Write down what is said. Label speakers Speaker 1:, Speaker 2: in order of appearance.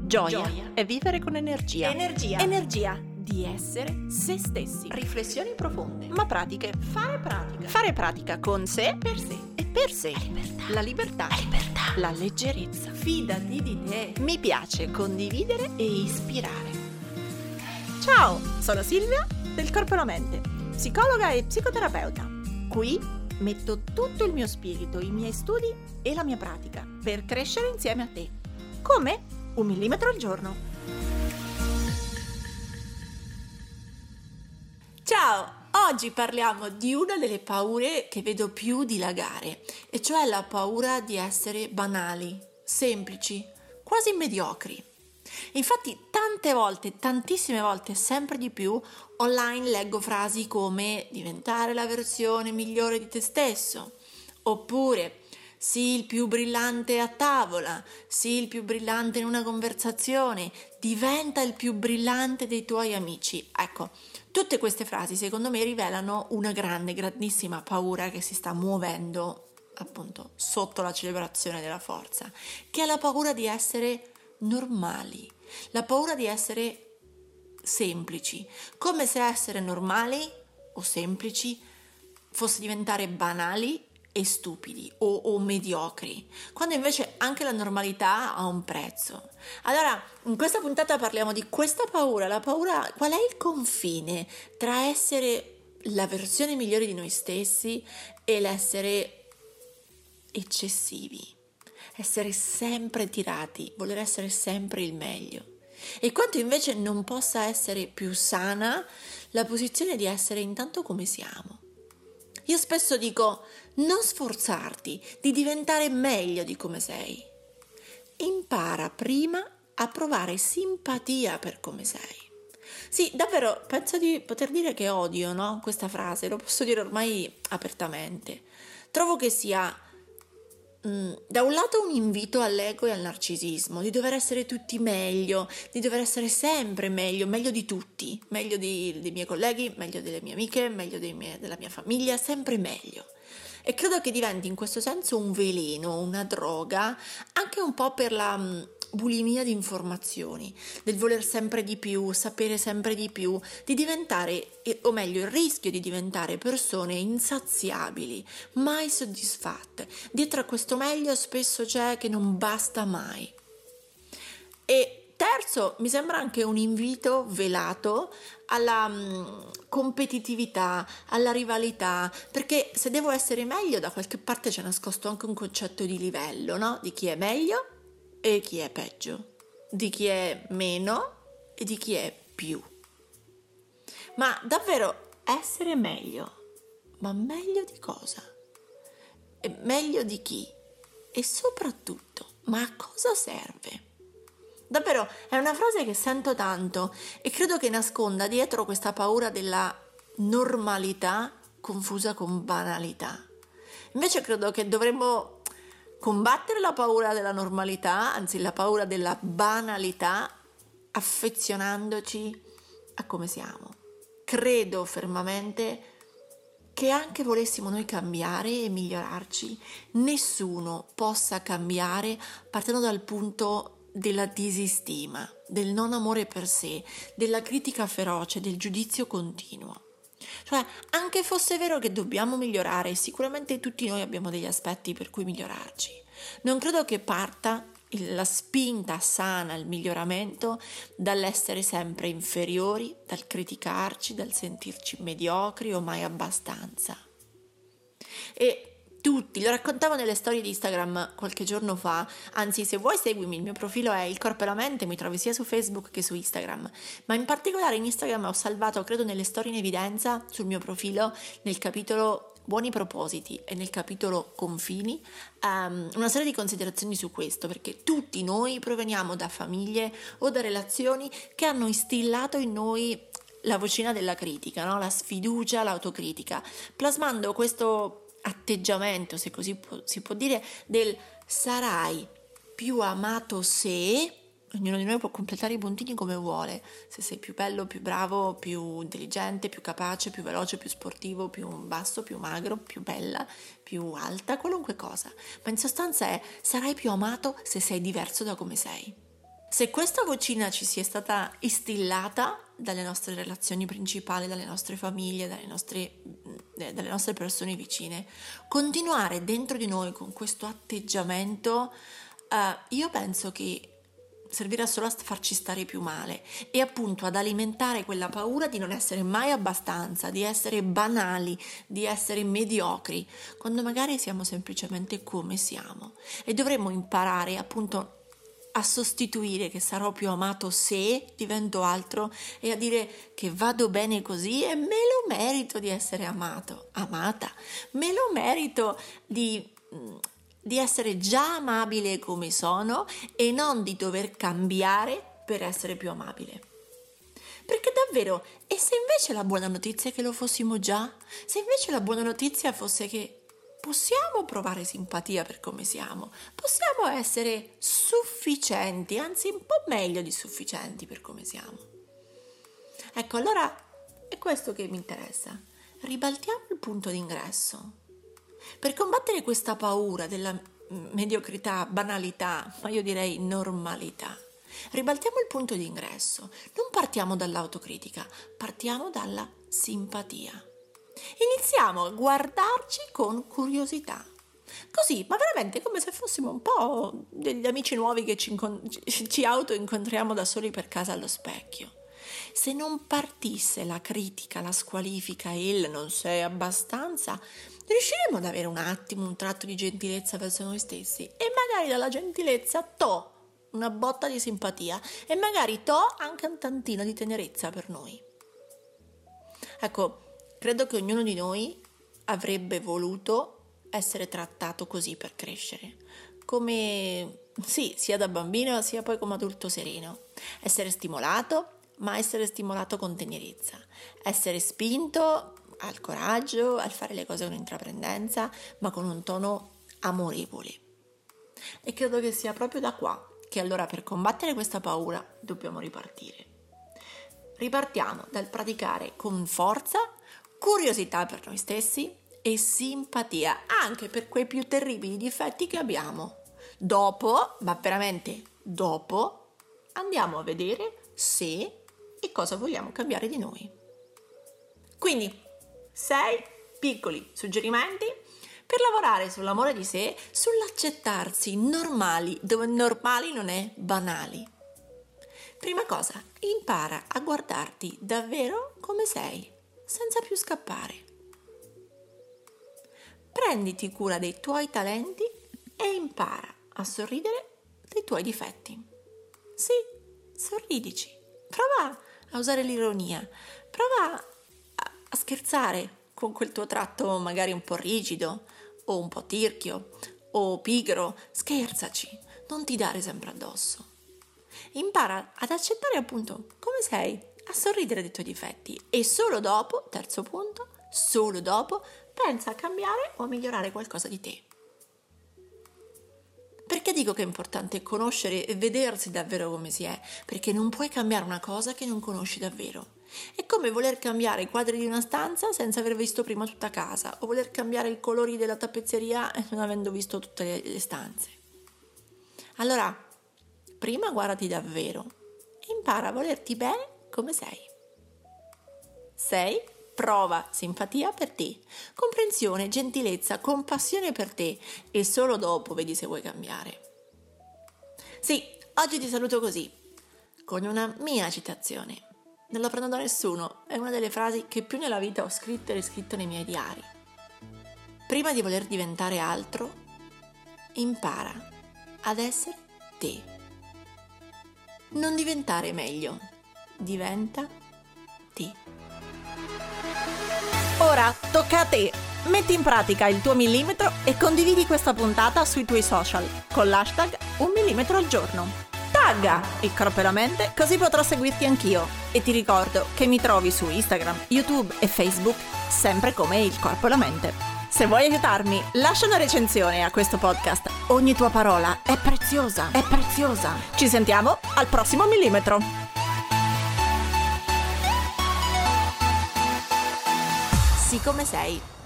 Speaker 1: Gioia è vivere con energia.
Speaker 2: Energia di essere se stessi.
Speaker 1: Riflessioni profonde,
Speaker 2: ma pratiche.
Speaker 1: Fare pratica con sé,
Speaker 2: Per sé.
Speaker 1: e per sé.
Speaker 2: La libertà.
Speaker 1: La leggerezza.
Speaker 2: Fidati di te.
Speaker 1: Mi piace condividere e ispirare.
Speaker 2: Ciao, sono Silvia del Corpo e la Mente, psicologa e psicoterapeuta. Qui metto tutto il mio spirito, i miei studi e la mia pratica per crescere insieme a te. Come? 1 millimetro al giorno. Ciao! Oggi parliamo di una delle paure che vedo più dilagare, e cioè la paura di essere banali, semplici, quasi mediocri. Infatti tante volte, tantissime volte, sempre di più, online leggo frasi come diventare la versione migliore di te stesso, oppure sii il più brillante a tavola, sii il più brillante in una conversazione, diventa il più brillante dei tuoi amici. Ecco, tutte queste frasi secondo me rivelano una grandissima paura che si sta muovendo appunto sotto la celebrazione della forza, che è la paura di essere normali, la paura di essere semplici, come se essere normali o semplici fosse diventare banali e stupidi o mediocri, quando invece anche la normalità ha un prezzo. Allora, in questa puntata parliamo di questa paura, la paura, qual è il confine tra essere la versione migliore di noi stessi e l'essere eccessivi, essere sempre tirati, voler essere sempre il meglio, e quanto invece non possa essere più sana la posizione di essere intanto come siamo. Io spesso dico, non sforzarti di diventare meglio di come sei. Impara prima a provare simpatia per come sei. Sì, davvero, penso di poter dire che odio, no? Questa frase, lo posso dire ormai apertamente. Trovo che sia, da un lato, un invito all'ego e al narcisismo, di dover essere tutti meglio, di dover essere sempre meglio di tutti, meglio dei miei colleghi, meglio delle mie amiche, meglio della mia famiglia, sempre meglio. E credo che diventi in questo senso un veleno, una droga, anche un po' per la bulimia di informazioni, del voler sempre di più, sapere sempre di più, di diventare, o meglio il rischio di diventare persone insaziabili, mai soddisfatte. Dietro a questo meglio spesso c'è che non basta mai. E terzo, mi sembra anche un invito velato alla competitività, alla rivalità, perché se devo essere meglio da qualche parte c'è nascosto anche un concetto di livello, no? Di chi è meglio e chi è peggio, di chi è meno e di chi è più. Ma davvero essere meglio? Ma meglio di cosa? E meglio di chi? E soprattutto, ma a cosa serve? Davvero, è una frase che sento tanto e credo che nasconda dietro questa paura della normalità confusa con banalità. Invece credo che dovremmo combattere la paura della normalità, anzi la paura della banalità, affezionandoci a come siamo. Credo fermamente che anche volessimo noi cambiare e migliorarci, nessuno possa cambiare partendo dal punto della disistima, del non amore per sé, della critica feroce, del giudizio continuo. Cioè, anche fosse vero che dobbiamo migliorare, sicuramente tutti noi abbiamo degli aspetti per cui migliorarci. Non credo che parta la spinta sana al miglioramento dall'essere sempre inferiori, dal criticarci, dal sentirci mediocri o mai abbastanza. E tutti, lo raccontavo nelle storie di Instagram qualche giorno fa, anzi se vuoi seguimi, il mio profilo è Il Corpo e la Mente, mi trovi sia su Facebook che su Instagram, ma in particolare in Instagram ho salvato, credo nelle storie in evidenza sul mio profilo, nel capitolo Buoni propositi e nel capitolo Confini, una serie di considerazioni su questo, perché tutti noi proveniamo da famiglie o da relazioni che hanno instillato in noi la vocina della critica, no? La sfiducia, l'autocritica, plasmando questo atteggiamento, se così si può dire, del sarai più amato se, ognuno di noi può completare i puntini come vuole, se sei più bello, più bravo, più intelligente, più capace, più veloce, più sportivo, più basso, più magro, più bella, più alta, qualunque cosa, ma in sostanza è sarai più amato se sei diverso da come sei. Se questa vocina ci sia stata instillata dalle nostre relazioni principali, dalle nostre famiglie, dalle nostre persone vicine, continuare dentro di noi con questo atteggiamento, io penso che servirà solo a farci stare più male e appunto ad alimentare quella paura di non essere mai abbastanza, di essere banali, di essere mediocri, quando magari siamo semplicemente come siamo. E dovremmo imparare appunto a sostituire che sarò più amato se divento altro e a dire che vado bene così e me lo merito di essere amato, amata, me lo merito di essere già amabile come sono e non di dover cambiare per essere più amabile. Perché davvero, e se invece la buona notizia è che lo fossimo già? Se invece la buona notizia fosse che possiamo provare simpatia per come siamo, possiamo essere sufficienti, anzi un po' meglio di sufficienti per come siamo. Ecco, allora è questo che mi interessa. Ribaltiamo il punto d'ingresso. Per combattere questa paura della mediocrità, banalità, ma io direi normalità, ribaltiamo il punto d'ingresso. Non partiamo dall'autocritica, partiamo dalla simpatia. Iniziamo a guardarci con curiosità, così, ma veramente come se fossimo un po' degli amici nuovi che ci autoincontriamo da soli per casa allo specchio. Se non partisse la critica, la squalifica e il non sei abbastanza, riusciremo ad avere un attimo un tratto di gentilezza verso noi stessi e magari dalla gentilezza una botta di simpatia e magari anche un tantino di tenerezza per noi. Ecco, credo che ognuno di noi avrebbe voluto essere trattato così per crescere, come sì, sia da bambino sia poi come adulto sereno, essere stimolato, ma essere stimolato con tenerezza, essere spinto al coraggio, al fare le cose con intraprendenza, ma con un tono amorevole. E credo che sia proprio da qua che allora per combattere questa paura dobbiamo ripartire. Ripartiamo dal praticare con forza curiosità per noi stessi e simpatia anche per quei più terribili difetti che abbiamo. Dopo, ma veramente dopo, andiamo a vedere se e cosa vogliamo cambiare di noi. Quindi 6 piccoli suggerimenti per lavorare sull'amore di sé, sull'accettarsi normali, dove normali non è banali. Prima cosa, impara a guardarti davvero come sei, senza più scappare. Prenditi cura dei tuoi talenti e impara a sorridere dei tuoi difetti. Sì, sorridici. Prova a usare l'ironia. Prova a scherzare con quel tuo tratto magari un po' rigido o un po' tirchio o pigro. Scherzaci, non ti dare sempre addosso. Impara ad accettare appunto come sei, a sorridere dei tuoi difetti e solo dopo, terzo punto, solo dopo pensa a cambiare o a migliorare qualcosa di te. Perché dico che è importante conoscere e vedersi davvero come si è? Perché non puoi cambiare una cosa che non conosci davvero. È come voler cambiare i quadri di una stanza senza aver visto prima tutta casa, o voler cambiare i colori della tappezzeria non avendo visto tutte le stanze. Allora, prima guardati davvero e impara a volerti bene come sei. 6. Prova simpatia per te, comprensione, gentilezza, compassione per te e solo dopo vedi se vuoi cambiare. Sì, oggi ti saluto così, con una mia citazione. Non la prendo da nessuno, è una delle frasi che più nella vita ho scritto e riscritto nei miei diari. Prima di voler diventare altro, impara ad essere te. Non diventare meglio, diventa te.
Speaker 1: Ora tocca a te. Metti in pratica il tuo millimetro e condividi questa puntata sui tuoi social con l'hashtag 1 millimetro al giorno. Tagga il Corpo e la Mente così potrò seguirti anch'io. E ti ricordo che mi trovi su Instagram, YouTube e Facebook sempre come il Corpo e la Mente. Se vuoi aiutarmi, lascia una recensione a questo podcast. Ogni tua parola è preziosa, è preziosa. Ci sentiamo al prossimo millimetro.
Speaker 2: Sii come sei.